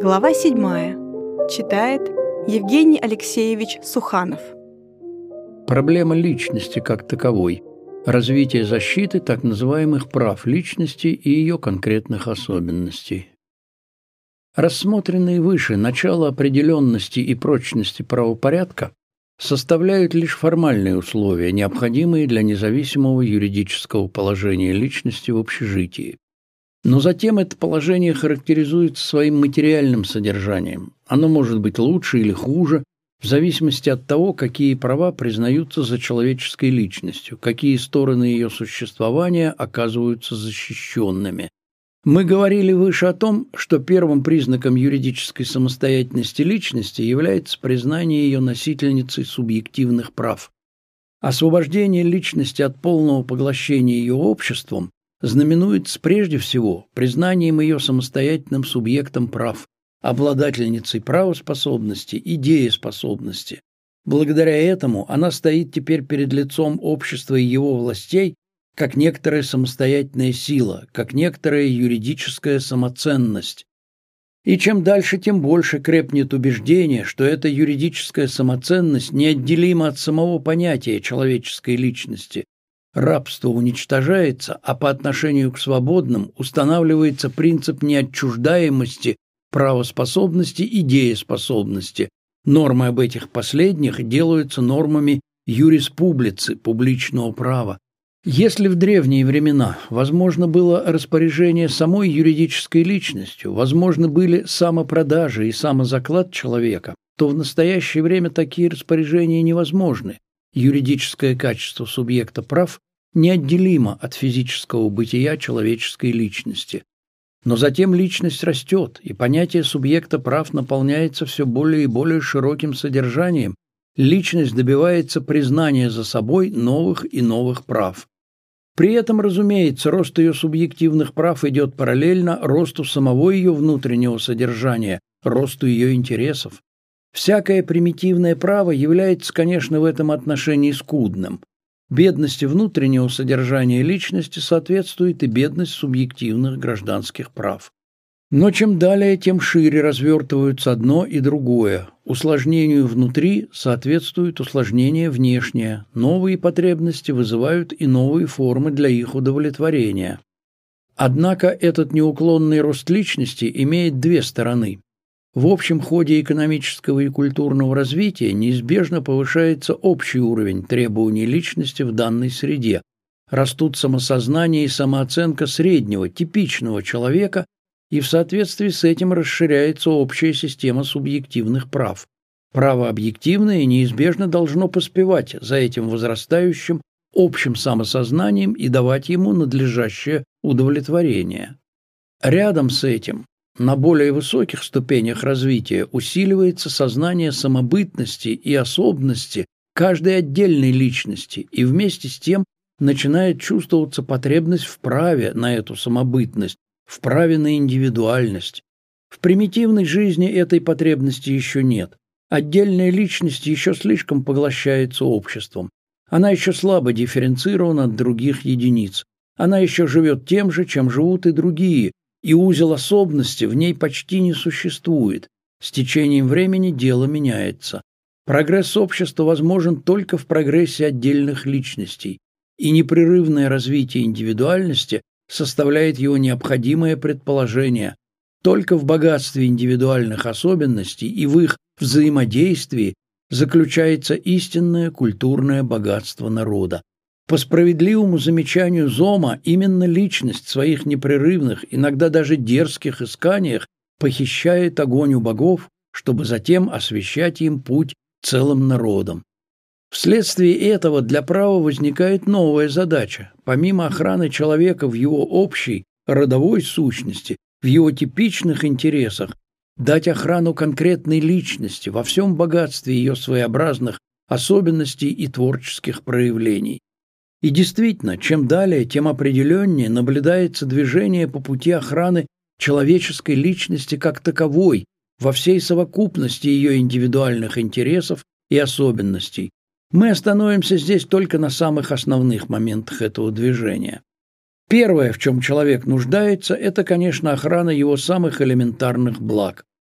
Глава 7. Читает Евгений Алексеевич Суханов. Проблема личности как таковой. Развитие защиты так называемых прав личности и ее конкретных особенностей. Рассмотренные выше начало определенности и прочности правопорядка составляют лишь формальные условия, необходимые для независимого юридического положения личности в общежитии. Но затем это положение характеризуется своим материальным содержанием. Оно может быть лучше или хуже, в зависимости от того, какие права признаются за человеческой личностью, какие стороны ее существования оказываются защищенными. Мы говорили выше о том, что первым признаком юридической самостоятельности личности является признание ее носительницей субъективных прав. Освобождение личности от полного поглощения ее обществом знаменуется прежде всего признанием ее самостоятельным субъектом прав, обладательницей правоспособности и дееспособности. Благодаря этому она стоит теперь перед лицом общества и его властей как некоторая самостоятельная сила, как некоторая юридическая самоценность. И чем дальше, тем больше крепнет убеждение, что эта юридическая самоценность неотделима от самого понятия человеческой личности. Рабство уничтожается, а по отношению к свободным устанавливается принцип неотчуждаемости правоспособности и дееспособности. Нормы об этих последних делаются нормами юриспублицы, публичного права. Если в древние времена возможно было распоряжение самой юридической личностью, возможны были самопродажи и самозаклад человека, то в настоящее время такие распоряжения невозможны. Юридическое качество субъекта прав неотделимо от физического бытия человеческой личности. Но затем личность растет, и понятие субъекта прав наполняется все более и более широким содержанием. Личность добивается признания за собой новых и новых прав. При этом, разумеется, рост ее субъективных прав идет параллельно росту самого ее внутреннего содержания, росту ее интересов. Всякое примитивное право является, конечно, в этом отношении скудным. Бедности внутреннего содержания личности соответствует и бедность субъективных гражданских прав. Но чем далее, тем шире развертываются одно и другое. Усложнению внутри соответствует усложнение внешнее. Новые потребности вызывают и новые формы для их удовлетворения. Однако этот неуклонный рост личности имеет две стороны. В общем ходе экономического и культурного развития неизбежно повышается общий уровень требований личности в данной среде. Растут самосознание и самооценка среднего, типичного человека, и в соответствии с этим расширяется общая система субъективных прав. Право объективное неизбежно должно поспевать за этим возрастающим общим самосознанием и давать ему надлежащее удовлетворение. Рядом с этим на более высоких ступенях развития усиливается сознание самобытности и особенности каждой отдельной личности, и вместе с тем начинает чувствоваться потребность в праве на эту самобытность, в праве на индивидуальность. В примитивной жизни этой потребности еще нет. Отдельная личность еще слишком поглощается обществом. Она еще слабо дифференцирована от других единиц. Она еще живет тем же, чем живут и другие, и узел особенности в ней почти не существует. С течением времени дело меняется. Прогресс общества возможен только в прогрессе отдельных личностей, и непрерывное развитие индивидуальности составляет его необходимое предположение. Только в богатстве индивидуальных особенностей и в их взаимодействии заключается истинное культурное богатство народа. По справедливому замечанию Зома, именно личность в своих непрерывных, иногда даже дерзких исканиях похищает огонь у богов, чтобы затем освещать им путь целым народам. Вследствие этого для права возникает новая задача. Помимо охраны человека в его общей, родовой сущности, в его типичных интересах, дать охрану конкретной личности во всем богатстве ее своеобразных особенностей и творческих проявлений. И действительно, чем далее, тем определеннее наблюдается движение по пути охраны человеческой личности как таковой, во всей совокупности ее индивидуальных интересов и особенностей. Мы остановимся здесь только на самых основных моментах этого движения. Первое, в чем человек нуждается, это, конечно, охрана его самых элементарных благ.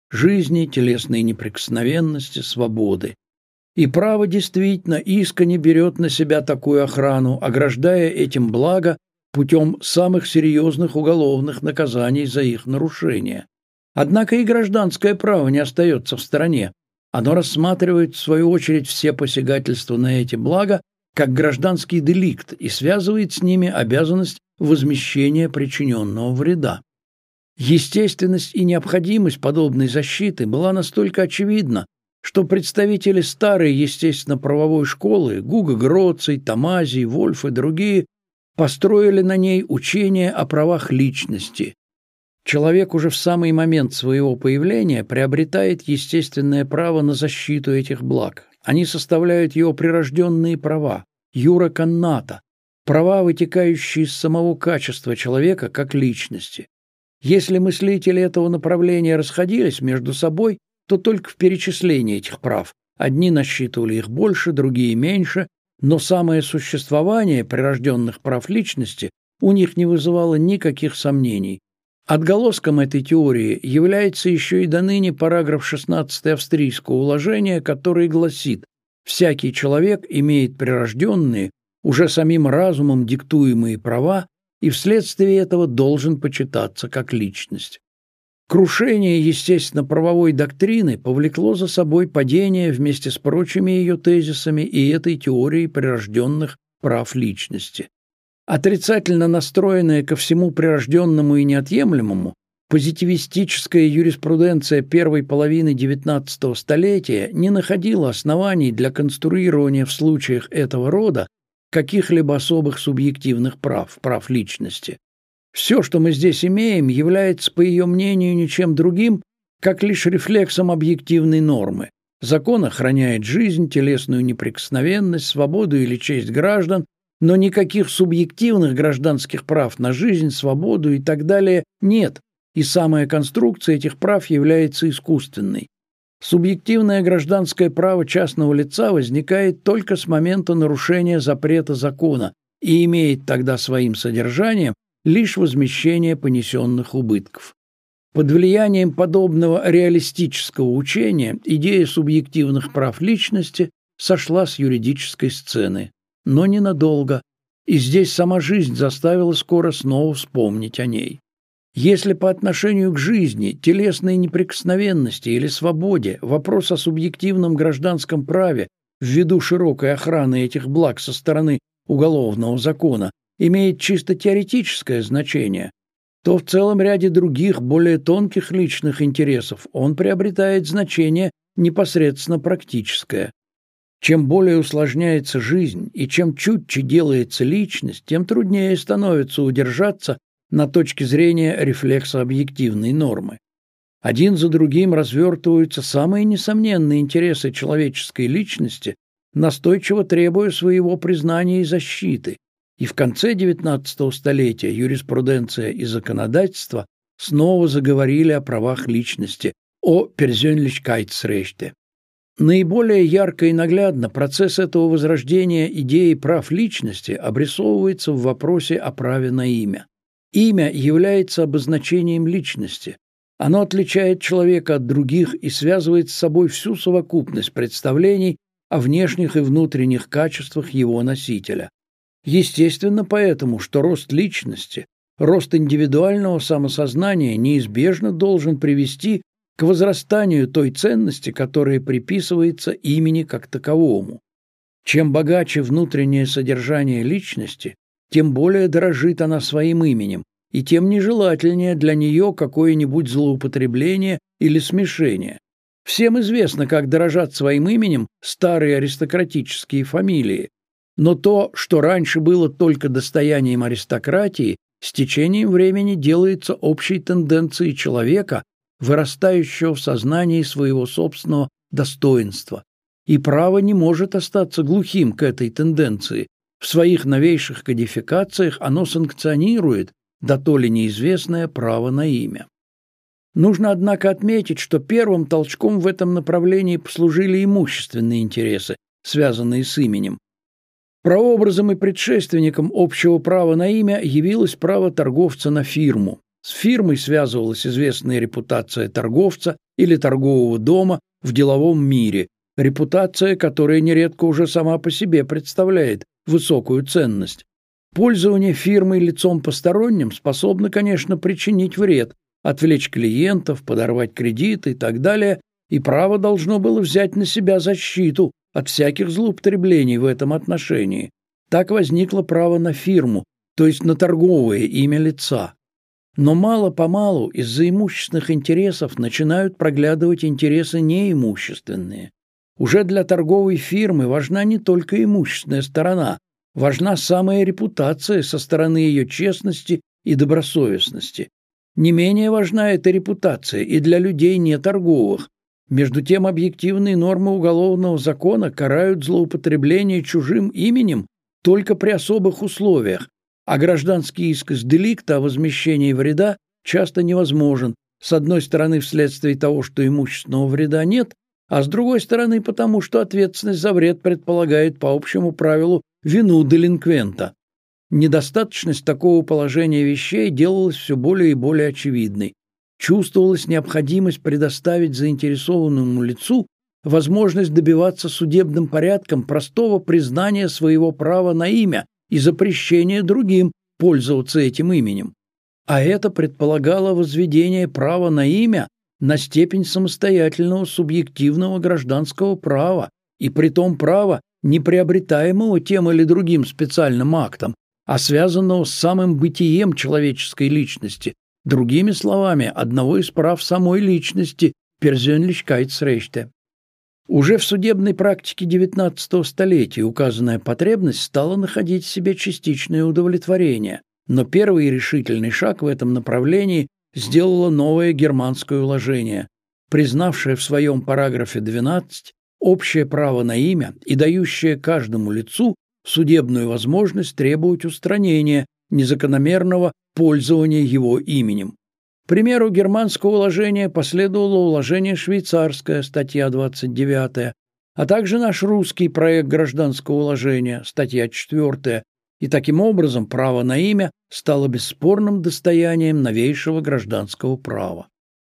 жизни, телесной неприкосновенности, свободы. И право действительно искренне берет на себя такую охрану, ограждая этим благо путем самых серьезных уголовных наказаний за их нарушение. Однако и гражданское право не остается в стороне. Оно рассматривает, в свою очередь, все посягательства на эти блага как гражданский деликт и связывает с ними обязанность возмещения причиненного вреда. Естественность и необходимость подобной защиты была настолько очевидна, что представители старой естественно-правовой школы Гуго Гроций, Томазий, Вольф и другие построили на ней учение о правах личности. Человек уже в самый момент своего появления приобретает естественное право на защиту этих благ. Они составляют его прирожденные права, юра канната, права, вытекающие из самого качества человека как личности. Если мыслители этого направления расходились между собой, то только в перечислении этих прав. Одни насчитывали их больше, другие меньше, но самое существование прирожденных прав личности у них не вызывало никаких сомнений. Отголоском этой теории является еще и до ныне параграф 16 австрийского уложения, который гласит: «Всякий человек имеет прирожденные, уже самим разумом диктуемые права и вследствие этого должен почитаться как личность». Крушение естественно-правовой доктрины повлекло за собой падение вместе с прочими ее тезисами и этой теорией прирожденных прав личности. Отрицательно настроенная ко всему прирожденному и неотъемлемому, позитивистическая юриспруденция первой половины XIX столетия не находила оснований для конструирования в случаях этого рода каких-либо особых субъективных прав личности. Все, что мы здесь имеем, является, по ее мнению, ничем другим, как лишь рефлексом объективной нормы. Закон охраняет жизнь, телесную неприкосновенность, свободу или честь граждан, но никаких субъективных гражданских прав на жизнь, свободу и так далее нет, и самая конструкция этих прав является искусственной. Субъективное гражданское право частного лица возникает только с момента нарушения запрета закона и имеет тогда своим содержанием лишь возмещение понесенных убытков. Под влиянием подобного реалистического учения идея субъективных прав личности сошла с юридической сцены, но ненадолго, и здесь сама жизнь заставила скоро снова вспомнить о ней. Если по отношению к жизни, телесной неприкосновенности или свободе вопрос о субъективном гражданском праве ввиду широкой охраны этих благ со стороны уголовного закона имеет чисто теоретическое значение, то в целом ряде других, более тонких личных интересов он приобретает значение непосредственно практическое. Чем более усложняется жизнь и чем чутче делается личность, тем труднее становится удержаться на точке зрения рефлекса объективной нормы. Один за другим развертываются самые несомненные интересы человеческой личности, настойчиво требуя своего признания и защиты. И в конце XIX столетия юриспруденция и законодательство снова заговорили о правах личности, о Persönlichkeitsrechte. Наиболее ярко и наглядно процесс этого возрождения идеи прав личности обрисовывается в вопросе о праве на имя. Имя является обозначением личности. Оно отличает человека от других и связывает с собой всю совокупность представлений о внешних и внутренних качествах его носителя. Естественно поэтому, что рост личности, рост индивидуального самосознания неизбежно должен привести к возрастанию той ценности, которая приписывается имени как таковому. Чем богаче внутреннее содержание личности, тем более дорожит она своим именем, и тем нежелательнее для нее какое-нибудь злоупотребление или смешение. Всем известно, как дорожат своим именем старые аристократические фамилии, но то, что раньше было только достоянием аристократии, с течением времени делается общей тенденцией человека, вырастающего в сознании своего собственного достоинства. И право не может остаться глухим к этой тенденции. В своих новейших кодификациях оно санкционирует дотоле неизвестное право на имя. Нужно, однако, отметить, что первым толчком в этом направлении послужили имущественные интересы, связанные с именем. Прообразом и предшественником общего права на имя явилось право торговца на фирму. С фирмой связывалась известная репутация торговца или торгового дома в деловом мире, репутация, которая нередко уже сама по себе представляет высокую ценность. Пользование фирмой лицом посторонним способно, конечно, причинить вред, отвлечь клиентов, подорвать кредиты и так далее, и право должно было взять на себя защиту от всяких злоупотреблений в этом отношении. Так возникло право на фирму, то есть на торговое имя лица. Но мало-помалу из-за имущественных интересов начинают проглядывать интересы неимущественные. Уже для торговой фирмы важна не только имущественная сторона, важна самая репутация со стороны ее честности и добросовестности. Не менее важна эта репутация и для людей неторговых. Между тем, объективные нормы уголовного закона карают злоупотребление чужим именем только при особых условиях, а гражданский иск из деликта о возмещении вреда часто невозможен, с одной стороны вследствие того, что имущественного вреда нет, а с другой стороны потому, что ответственность за вред предполагает по общему правилу вину делинквента. Недостаточность такого положения вещей делалась все более и более очевидной. Чувствовалась необходимость предоставить заинтересованному лицу возможность добиваться судебным порядком простого признания своего права на имя и запрещения другим пользоваться этим именем. А это предполагало возведение права на имя на степень самостоятельного субъективного гражданского права, и притом права, не приобретаемого тем или другим специальным актом, а связанного с самым бытием человеческой личности, другими словами, одного из прав самой личности – Persönlichkeitsrechte. Уже в судебной практике XIX столетия указанная потребность стала находить в себе частичное удовлетворение, но первый решительный шаг в этом направлении сделало новое германское уложение, признавшее в своем параграфе 12 общее право на имя и дающее каждому лицу судебную возможность требовать устранения незакономерного пользования его именем. К примеру германского уложения последовало уложение швейцарское, статья 29, а также наш русский проект гражданского уложения, статья 4, и таким образом право на имя стало бесспорным достоянием новейшего гражданского права.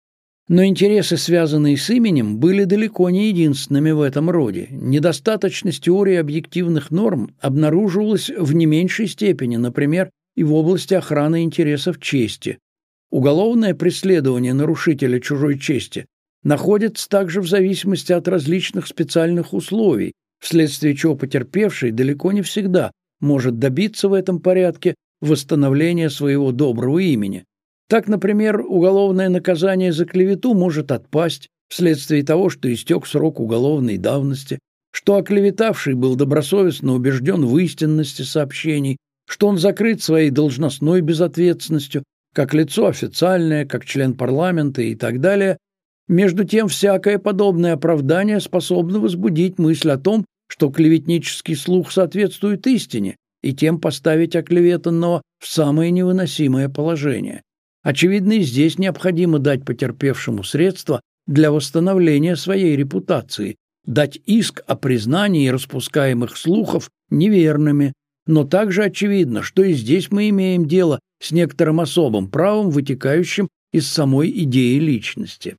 Но интересы, связанные с именем, были далеко не единственными в этом роде. Недостаточность теории объективных норм обнаруживалась в не меньшей степени, например, и в области охраны интересов чести. Уголовное преследование нарушителя чужой чести находится также в зависимости от различных специальных условий, вследствие чего потерпевший далеко не всегда может добиться в этом порядке восстановления своего доброго имени. Так, например, уголовное наказание за клевету может отпасть вследствие того, что истек срок уголовной давности, что оклеветавший был добросовестно убежден в истинности сообщений, что он закрыт своей должностной безответственностью, как лицо официальное, как член парламента и так далее. Между тем, всякое подобное оправдание способно возбудить мысль о том, что клеветнический слух соответствует истине, и тем поставить оклеветанного в самое невыносимое положение. Очевидно, и здесь необходимо дать потерпевшему средства для восстановления своей репутации, дать иск о признании распускаемых слухов неверными. Но также очевидно, что и здесь мы имеем дело с некоторым особым правом, вытекающим из самой идеи личности.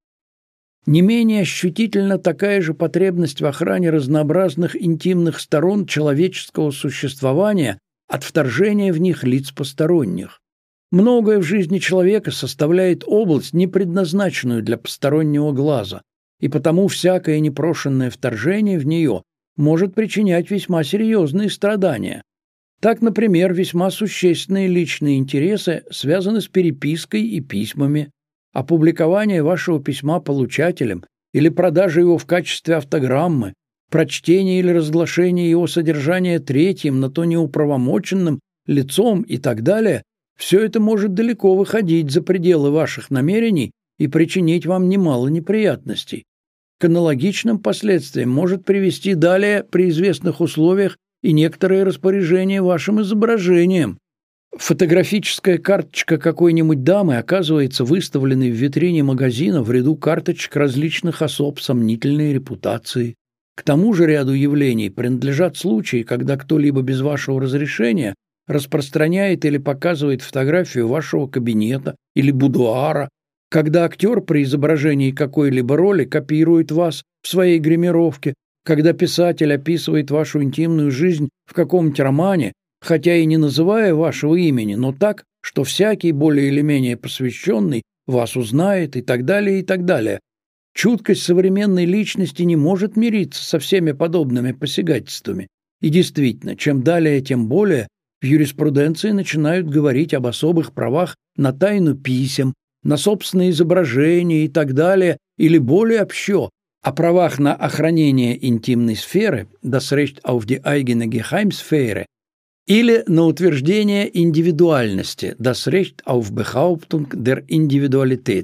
Не менее ощутительна такая же потребность в охране разнообразных интимных сторон человеческого существования от вторжения в них лиц посторонних. Многое в жизни человека составляет область, не предназначенную для постороннего глаза, и потому всякое непрошенное вторжение в нее может причинять весьма серьезные страдания. Так, например, весьма существенные личные интересы связаны с перепиской и письмами. Опубликование вашего письма получателем или продажа его в качестве автограммы, прочтение или разглашение его содержания третьим, на то неуправомоченным лицом и так далее – все это может далеко выходить за пределы ваших намерений и причинить вам немало неприятностей. К аналогичным последствиям может привести далее при известных условиях и некоторые распоряжения вашим изображением. Фотографическая карточка какой-нибудь дамы оказывается выставленной в витрине магазина в ряду карточек различных особ сомнительной репутации. К тому же ряду явлений принадлежат случаи, когда кто-либо без вашего разрешения распространяет или показывает фотографию вашего кабинета или будуара, когда актер при изображении какой-либо роли копирует вас в своей гримировке, когда писатель описывает вашу интимную жизнь в каком-нибудь романе, хотя и не называя вашего имени, но так, что всякий более или менее посвященный вас узнает и так далее, и так далее. Чуткость современной личности не может мириться со всеми подобными посягательствами. И действительно, чем далее, тем более в юриспруденции начинают говорить об особых правах на тайну писем, на собственное изображение и так далее, или более общо, о правах на охранение интимной сферы, das Recht auf die eigene Geheimsphäre, или на утверждение индивидуальности, das Recht auf Behauptung der Individualität.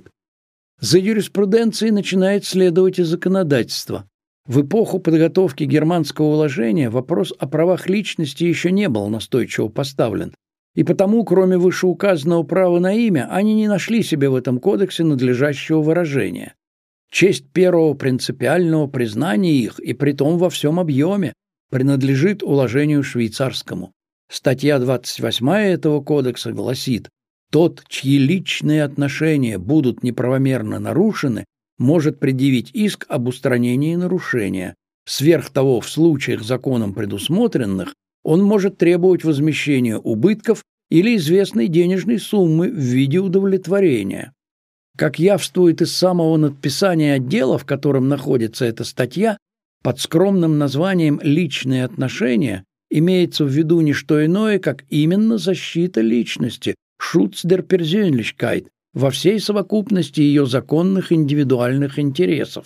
За юриспруденцией начинает следовать и законодательство. В эпоху подготовки германского уложения вопрос о правах личности еще не был настойчиво поставлен, и потому, кроме вышеуказанного права на имя, они не нашли себе в этом кодексе надлежащего выражения. Честь первого принципиального признания их, и притом во всем объеме, принадлежит уложению швейцарскому. Статья 28 этого кодекса гласит: «Тот, чьи личные отношения будут неправомерно нарушены, может предъявить иск об устранении нарушения. Сверх того, в случаях законом предусмотренных, он может требовать возмещения убытков или известной денежной суммы в виде удовлетворения». Как явствует из самого надписания отдела, в котором находится эта статья, под скромным названием «личные отношения» имеется в виду не что иное, как именно защита личности, Schutz der Persönlichkeit, во всей совокупности ее законных индивидуальных интересов.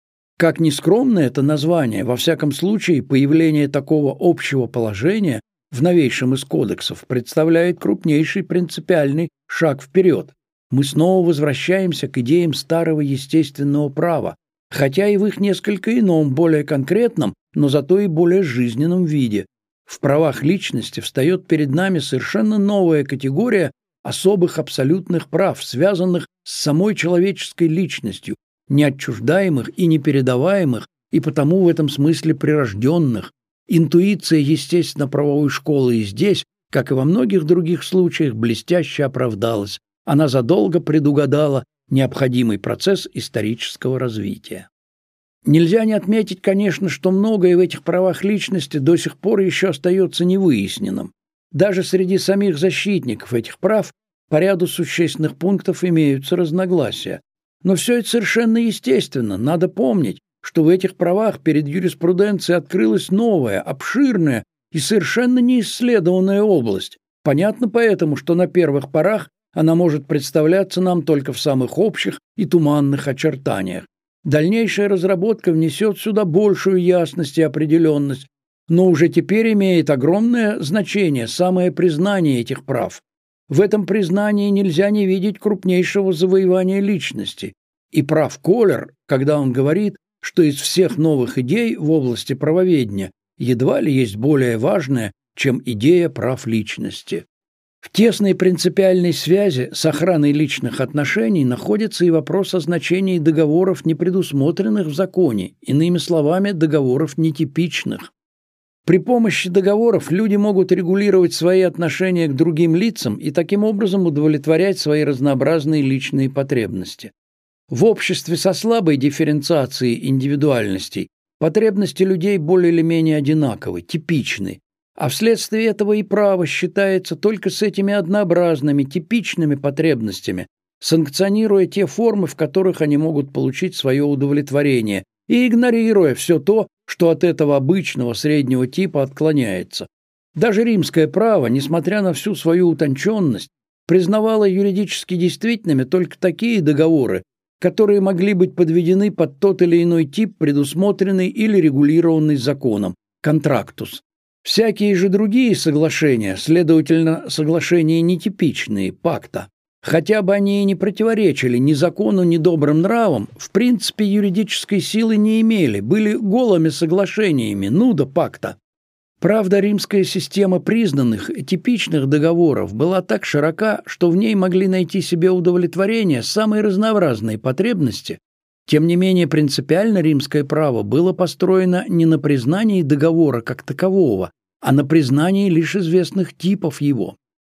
Как ни скромно это название, во всяком случае появление такого общего положения в новейшем из кодексов представляет крупнейший принципиальный шаг вперед. Мы снова возвращаемся к идеям старого естественного права, хотя и в их несколько ином, более конкретном, но зато и более жизненном виде. В правах личности встает перед нами совершенно новая категория особых абсолютных прав, связанных с самой человеческой личностью, неотчуждаемых и непередаваемых, и потому в этом смысле прирожденных. Интуиция естественно-правовой школы и здесь, как и во многих других случаях, блестяще оправдалась. Она задолго предугадала необходимый процесс исторического развития. Нельзя не отметить, конечно, что многое в этих правах личности до сих пор еще остается невыясненным. Даже среди самих защитников этих прав по ряду существенных пунктов имеются разногласия. Но все это совершенно естественно. Надо помнить, что в этих правах перед юриспруденцией открылась новая, обширная и совершенно неисследованная область. Понятно поэтому, что на первых порах она может представляться нам только в самых общих и туманных очертаниях. Дальнейшая разработка внесет сюда большую ясность и определенность, но уже теперь имеет огромное значение самое признание этих прав. В этом признании нельзя не видеть крупнейшего завоевания личности. И прав Колер, когда он говорит, что из всех новых идей в области правоведения едва ли есть более важная, чем идея прав личности. В тесной принципиальной связи с охраной личных отношений находится и вопрос о значении договоров, не предусмотренных в законе, иными словами, договоров нетипичных. При помощи договоров люди могут регулировать свои отношения к другим лицам и таким образом удовлетворять свои разнообразные личные потребности. В обществе со слабой дифференциацией индивидуальностей потребности людей более или менее одинаковы, типичны, а вследствие этого и право считается только с этими однообразными, типичными потребностями, санкционируя те формы, в которых они могут получить свое удовлетворение, и игнорируя все то, что от этого обычного среднего типа отклоняется. Даже римское право, несмотря на всю свою утонченность, признавало юридически действительными только такие договоры, которые могли быть подведены под тот или иной тип, предусмотренный или регулированный законом, контрактус. Всякие же другие соглашения, следовательно, соглашения нетипичные, пакта, хотя бы они и не противоречили ни закону, ни добрым нравам, в принципе юридической силы не имели, были голыми соглашениями, нуда пакта. Правда, римская система признанных и типичных договоров была так широка, что в ней могли найти себе удовлетворение самые разнообразные потребности. Тем не менее, принципиально римское право было построено не на признании договора как такового, а на признании лишь известных типов его.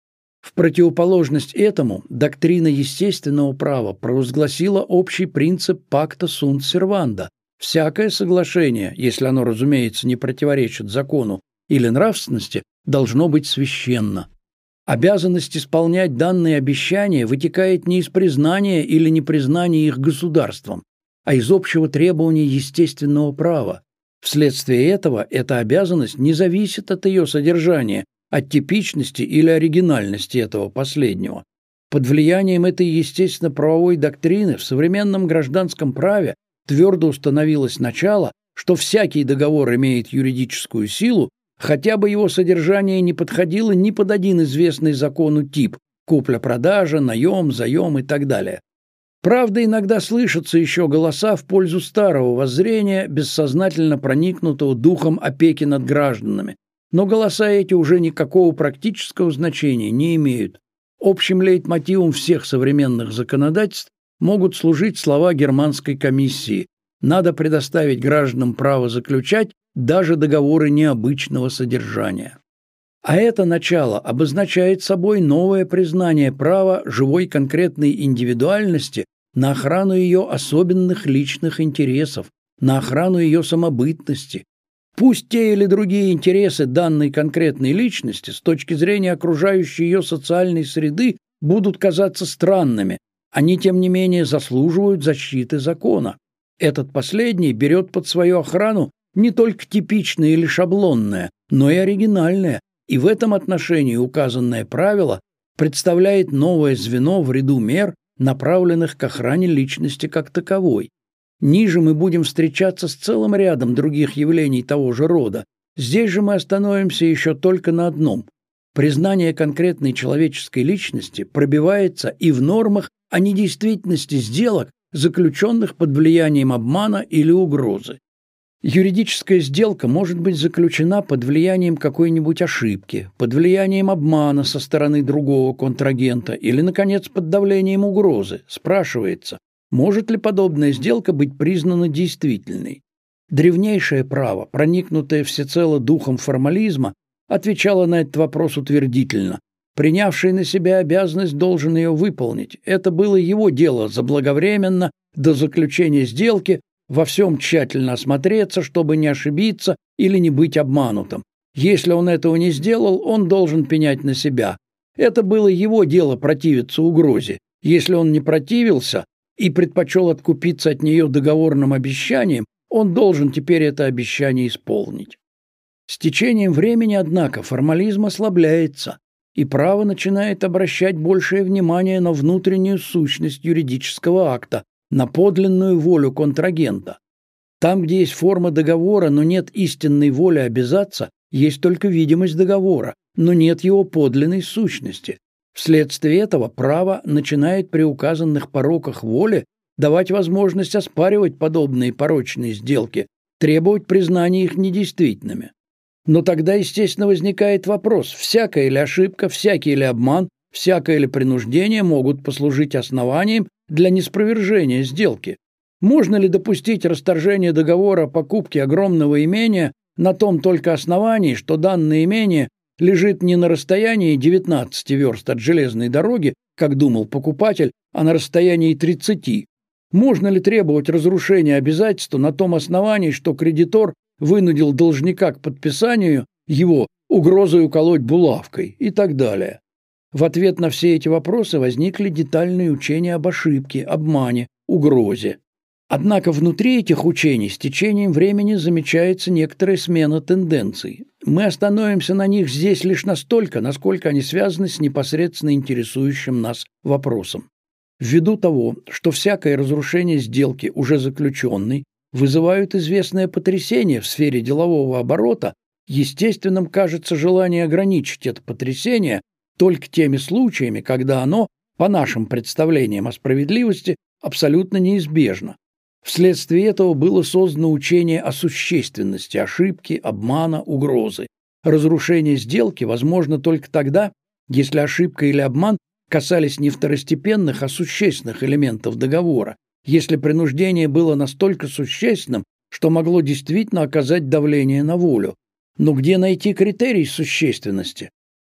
В противоположность этому доктрина естественного права провозгласила общий принцип пакта сунт серванда. Всякое соглашение, если оно, разумеется, не противоречит закону или нравственности, должно быть священно. Обязанность исполнять данные обещания вытекает не из признания или непризнания их государством, а из общего требования естественного права. Вследствие этого эта обязанность не зависит от ее содержания, от типичности или оригинальности этого последнего. Под влиянием этой естественно-правовой доктрины в современном гражданском праве твердо установилось начало, что всякий договор имеет юридическую силу, хотя бы его содержание не подходило ни под один известный закону тип – купля-продажа, наем, заем и так далее. Правда, иногда слышатся еще голоса в пользу старого воззрения, бессознательно проникнутого духом опеки над гражданами. Но голоса эти уже никакого практического значения не имеют. Общим лейтмотивом всех современных законодательств могут служить слова Германской комиссии: надо предоставить гражданам право заключать даже договоры необычного содержания. А это начало обозначает собой новое признание права живой конкретной индивидуальности на охрану ее особенных личных интересов, на охрану ее самобытности. Пусть те или другие интересы данной конкретной личности с точки зрения окружающей ее социальной среды будут казаться странными, они, тем не менее, заслуживают защиты закона. Этот последний берет под свою охрану не только типичное или шаблонное, но и оригинальное, и в этом отношении указанное правило представляет новое звено в ряду мер, направленных к охране личности как таковой. Ниже мы будем встречаться с целым рядом других явлений того же рода. Здесь же мы остановимся еще только на одном. Признание конкретной человеческой личности пробивается и в нормах о недействительности сделок, заключенных под влиянием обмана или угрозы. Юридическая сделка может быть заключена под влиянием какой-нибудь ошибки, под влиянием обмана со стороны другого контрагента или, наконец, под давлением угрозы. Спрашивается, может ли подобная сделка быть признана действительной? Древнейшее право, проникнутое всецело духом формализма, отвечало на этот вопрос утвердительно. Принявший на себя обязанность должен ее выполнить. Это было его дело заблаговременно, до заключения сделки, во всем тщательно осмотреться, чтобы не ошибиться или не быть обманутым. Если он этого не сделал, он должен пенять на себя. Это было его дело противиться угрозе. Если он не противился и предпочел откупиться от нее договорным обещанием, он должен теперь это обещание исполнить. С течением времени, однако, формализм ослабляется, и право начинает обращать большее внимание на внутреннюю сущность юридического акта, на подлинную волю контрагента. Там, где есть форма договора, но нет истинной воли обязаться, есть только видимость договора, но нет его подлинной сущности. Вследствие этого право начинает при указанных пороках воли давать возможность оспаривать подобные порочные сделки, требовать признания их недействительными. Но тогда, естественно, возникает вопрос: всякая ли ошибка, всякий ли обман, всякое ли принуждение могут послужить основанием для неспровержения сделки? Можно ли допустить расторжение договора о покупке огромного имения на том только основании, что данное имение лежит не на расстоянии 19 верст от железной дороги, как думал покупатель, а на расстоянии 30? Можно ли требовать разрушения обязательства на том основании, что кредитор вынудил должника к подписанию его угрозой уколоть булавкой и так далее? В ответ на все эти вопросы возникли детальные учения об ошибке, обмане, угрозе. Однако внутри этих учений с течением времени замечается некоторая смена тенденций. Мы остановимся на них здесь лишь настолько, насколько они связаны с непосредственно интересующим нас вопросом. Ввиду того, что всякое разрушение сделки, уже заключенной, вызывают известное потрясение в сфере делового оборота, естественным кажется желание ограничить это потрясение только теми случаями, когда оно, по нашим представлениям о справедливости, абсолютно неизбежно. Вследствие этого было создано учение о существенности ошибки, обмана, угрозы. Разрушение сделки возможно только тогда, если ошибка или обман касались не второстепенных, а существенных элементов договора, если принуждение было настолько существенным, что могло действительно оказать давление на волю. Но где найти критерий существенности?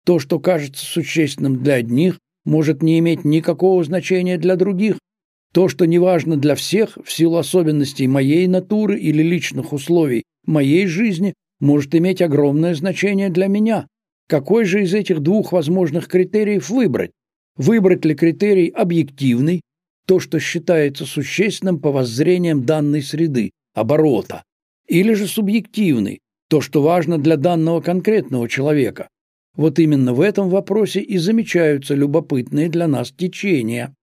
То, что кажется существенным для одних, может не иметь никакого значения для других. То, что не важно для всех в силу особенностей моей натуры или личных условий моей жизни, может иметь огромное значение для меня. Какой же из этих двух возможных критериев выбрать? Выбрать ли критерий объективный, то, что считается существенным по воззрениям данной среды, оборота, или же субъективный, то, что важно для данного конкретного человека? Вот именно в этом вопросе и замечаются любопытные для нас течения.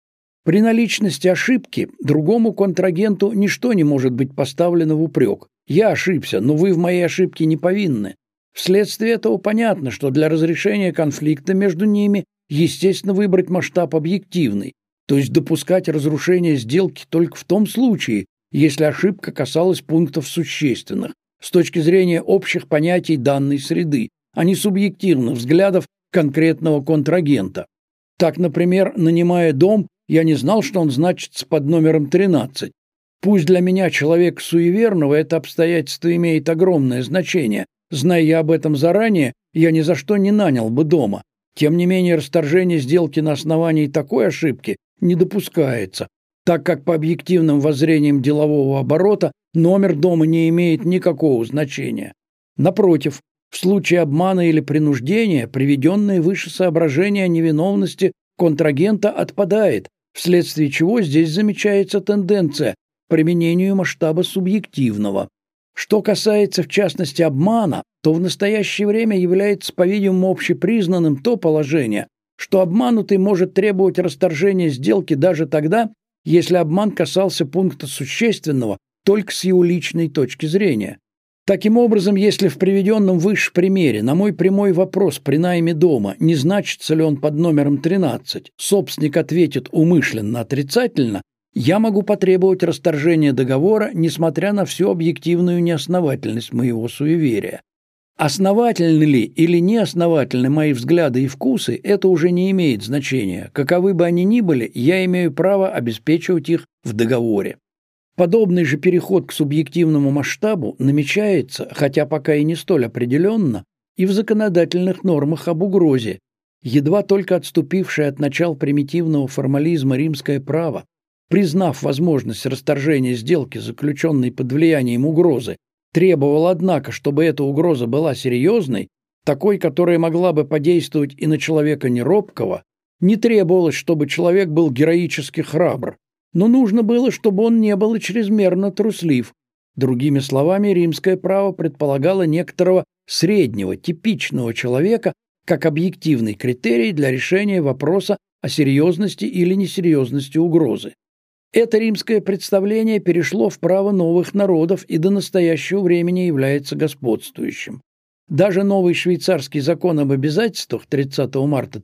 При наличности ошибки другому контрагенту ничто не может быть поставлено в упрек. Я ошибся, но вы в моей ошибке не повинны. Вследствие этого понятно, что для разрешения конфликта между ними естественно выбрать масштаб объективный, то есть допускать разрушение сделки только в том случае, если ошибка касалась пунктов существенных, с точки зрения общих понятий данной среды, а не субъективных взглядов конкретного контрагента. Так, например, нанимая дом, я не знал, что он значится под номером 13. Пусть для меня, человека суеверного, это обстоятельство имеет огромное значение. Зная я об этом заранее, я ни за что не нанял бы дома. Тем не менее, расторжение сделки на основании такой ошибки не допускается, так как по объективным воззрениям делового оборота номер дома не имеет никакого значения. Напротив, в случае обмана или принуждения приведенное выше соображение о невиновности контрагента отпадает, вследствие чего здесь замечается тенденция к применению масштаба субъективного. Что касается, в частности, обмана, то в настоящее время является, по-видимому, общепризнанным то положение, что обманутый может требовать расторжения сделки даже тогда, если обман касался пункта существенного только с его личной точки зрения. Таким образом, если в приведенном выше примере на мой прямой вопрос при найме дома, не значится ли он под номером 13, собственник ответит умышленно отрицательно, я могу потребовать расторжения договора, несмотря на всю объективную неосновательность моего суеверия. Основательны ли или неосновательны мои взгляды и вкусы, это уже не имеет значения. Каковы бы они ни были, я имею право обеспечивать их в договоре. Подобный же переход к субъективному масштабу намечается, хотя пока и не столь определенно, и в законодательных нормах об угрозе. Едва только отступившее от начал примитивного формализма римское право, признав возможность расторжения сделки, заключенной под влиянием угрозы, требовал, однако, чтобы эта угроза была серьезной, такой, которая могла бы подействовать и на человека неробкого, не требовалось, чтобы человек был героически храбр, но нужно было, чтобы он не был и чрезмерно труслив. Другими словами, римское право предполагало некоторого среднего, типичного человека как объективный критерий для решения вопроса о серьезности или несерьезности угрозы. Это римское представление перешло в право новых народов и до настоящего времени является господствующим. Даже новый швейцарский закон об обязательствах 30 марта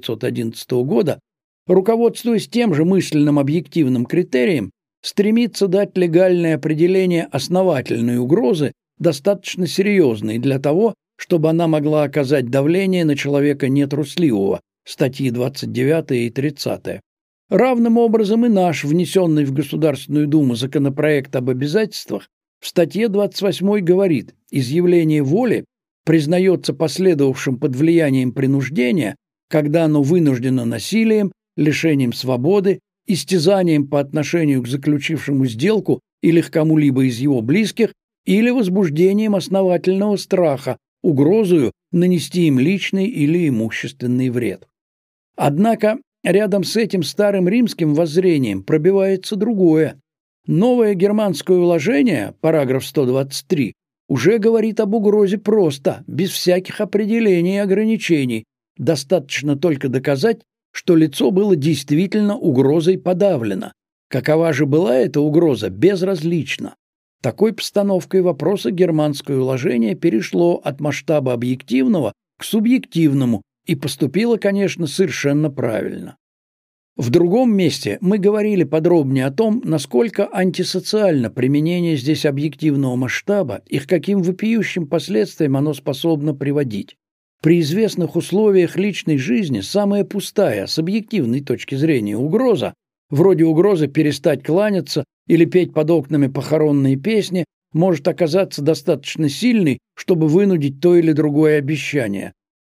1911 года, руководствуясь тем же мысленным объективным критерием, стремится дать легальное определение основательной угрозы, достаточно серьезной для того, чтобы она могла оказать давление на человека нетрусливого, статьи 29 и 30. Равным образом и наш, внесенный в Государственную Думу законопроект об обязательствах, в статье 28 говорит: изъявление воли признается последовавшим под влиянием принуждения, когда оно вынуждено насилием, лишением свободы, истязанием по отношению к заключившему сделку или к кому-либо из его близких, или возбуждением основательного страха, угрозою нанести им личный или имущественный вред. Однако рядом с этим старым римским воззрением пробивается другое. Новое германское уложение, параграф 123, уже говорит об угрозе просто, без всяких определений и ограничений. Достаточно только доказать, что лицо было действительно угрозой подавлено. Какова же была эта угроза, безразлично. Такой постановкой вопроса германское уложение перешло от масштаба объективного к субъективному и поступило, конечно, совершенно правильно. В другом месте мы говорили подробнее о том, насколько антисоциально применение здесь объективного масштаба и к каким вопиющим последствиям оно способно приводить. При известных условиях личной жизни самая пустая, с объективной точки зрения, угроза, вроде угрозы перестать кланяться или петь под окнами похоронные песни, может оказаться достаточно сильной, чтобы вынудить то или другое обещание.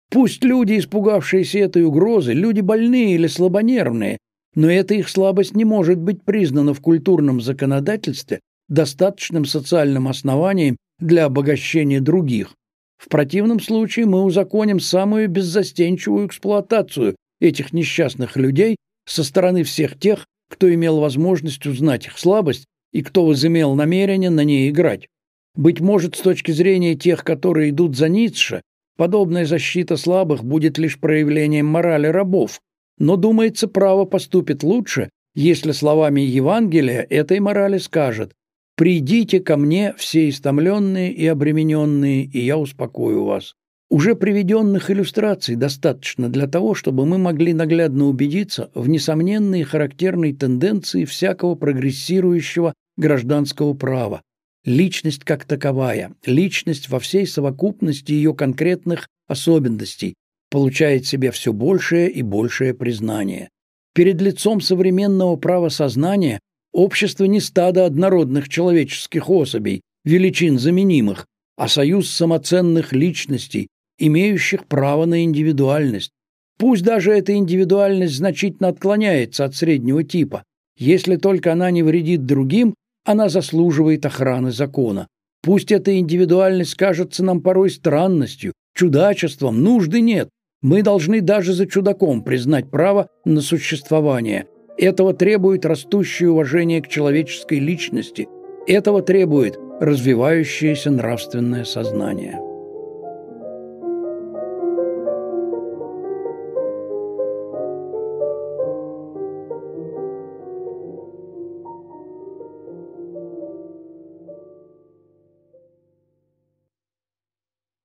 Пусть люди, испугавшиеся этой угрозы, люди больные или слабонервные, но эта их слабость не может быть признана в культурном законодательстве достаточным социальным основанием для обогащения других. В противном случае мы узаконим самую беззастенчивую эксплуатацию этих несчастных людей со стороны всех тех, кто имел возможность узнать их слабость и кто возымел намерение на ней играть. Быть может, с точки зрения тех, которые идут за Ницше, подобная защита слабых будет лишь проявлением морали рабов, но, думается, право поступит лучше, если словами Евангелия этой морали скажет: «Придите ко мне, все истомленные и обремененные, и я успокою вас». Уже приведенных иллюстраций достаточно для того, чтобы мы могли наглядно убедиться в несомненной и характерной тенденции всякого прогрессирующего гражданского права. Личность как таковая, личность во всей совокупности ее конкретных особенностей, получает себе все большее и большее признание. Перед лицом современного правосознания общество не стадо однородных человеческих особей, величин заменимых, а союз самоценных личностей, имеющих право на индивидуальность. Пусть даже эта индивидуальность значительно отклоняется от среднего типа, если только она не вредит другим, она заслуживает охраны закона. Пусть эта индивидуальность кажется нам порой странностью, чудачеством, нужды нет. Мы должны даже за чудаком признать право на существование. Этого требует растущее уважение к человеческой личности. Этого требует развивающееся нравственное сознание.